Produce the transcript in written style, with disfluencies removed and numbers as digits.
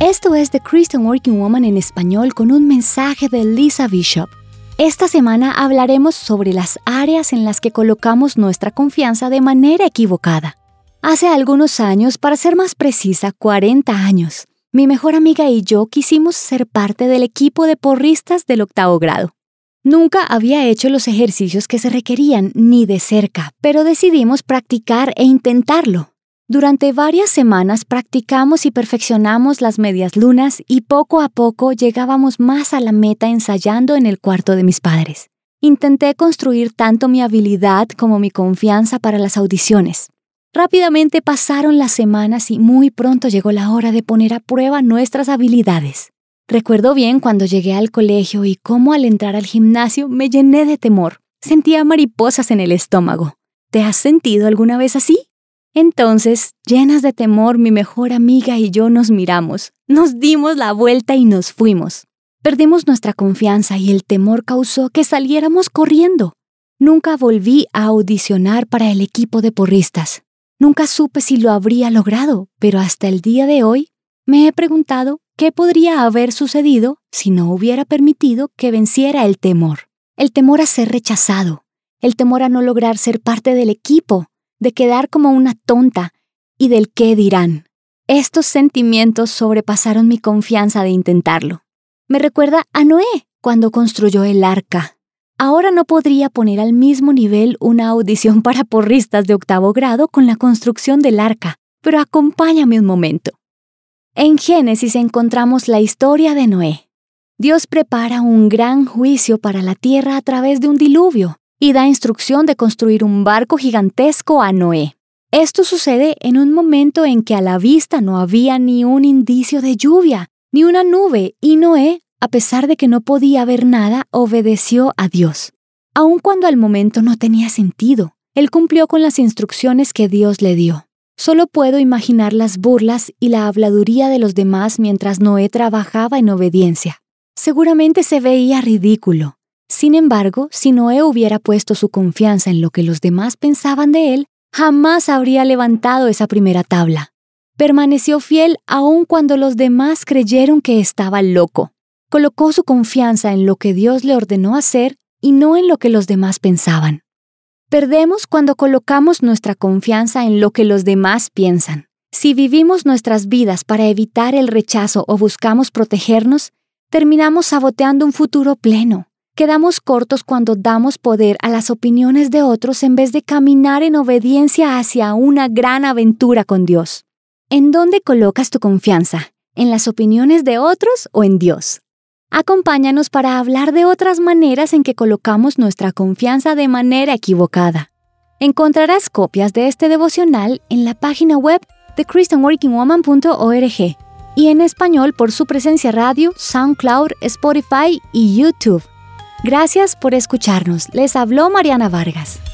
Esto es The Christian Working Woman en español con un mensaje de Lisa Bishop. Esta semana hablaremos sobre las áreas en las que colocamos nuestra confianza de manera equivocada. Hace algunos años, para ser más precisa, 40 años, mi mejor amiga y yo quisimos ser parte del equipo de porristas del 8º grado. Nunca había hecho los ejercicios que se requerían ni de cerca, pero decidimos practicar e intentarlo. Durante varias semanas practicamos y perfeccionamos las medias lunas y poco a poco llegábamos más a la meta ensayando en el cuarto de mis padres. Intenté construir tanto mi habilidad como mi confianza para las audiciones. Rápidamente pasaron las semanas y muy pronto llegó la hora de poner a prueba nuestras habilidades. Recuerdo bien cuando llegué al colegio y cómo al entrar al gimnasio me llené de temor. Sentía mariposas en el estómago. ¿Te has sentido alguna vez así? Entonces, llenas de temor, mi mejor amiga y yo nos miramos, nos dimos la vuelta y nos fuimos. Perdimos nuestra confianza y el temor causó que saliéramos corriendo. Nunca volví a audicionar para el equipo de porristas. Nunca supe si lo habría logrado, pero hasta el día de hoy me he preguntado qué podría haber sucedido si no hubiera permitido que venciera el temor. El temor a ser rechazado, el temor a no lograr ser parte del equipo, de quedar como una tonta y del qué dirán. Estos sentimientos sobrepasaron mi confianza de intentarlo. Me recuerda a Noé cuando construyó el arca. Ahora no podría poner al mismo nivel una audición para porristas de 8º grado con la construcción del arca, pero acompáñame un momento. En Génesis encontramos la historia de Noé. Dios prepara un gran juicio para la tierra a través de un diluvio y da instrucción de construir un barco gigantesco a Noé. Esto sucede en un momento en que a la vista no había ni un indicio de lluvia, ni una nube, y Noé, a pesar de que no podía ver nada, obedeció a Dios. Aun cuando al momento no tenía sentido, él cumplió con las instrucciones que Dios le dio. Solo puedo imaginar las burlas y la habladuría de los demás mientras Noé trabajaba en obediencia. Seguramente se veía ridículo. Sin embargo, si Noé hubiera puesto su confianza en lo que los demás pensaban de él, jamás habría levantado esa primera tabla. Permaneció fiel aun cuando los demás creyeron que estaba loco. Colocó su confianza en lo que Dios le ordenó hacer y no en lo que los demás pensaban. Perdemos cuando colocamos nuestra confianza en lo que los demás piensan. Si vivimos nuestras vidas para evitar el rechazo o buscamos protegernos, terminamos saboteando un futuro pleno. Quedamos cortos cuando damos poder a las opiniones de otros en vez de caminar en obediencia hacia una gran aventura con Dios. ¿En dónde colocas tu confianza? ¿En las opiniones de otros o en Dios? Acompáñanos para hablar de otras maneras en que colocamos nuestra confianza de manera equivocada. Encontrarás copias de este devocional en la página web de christianworkingwoman.org y en español por su presencia radio, SoundCloud, Spotify y YouTube. Gracias por escucharnos. Les habló Mariana Vargas.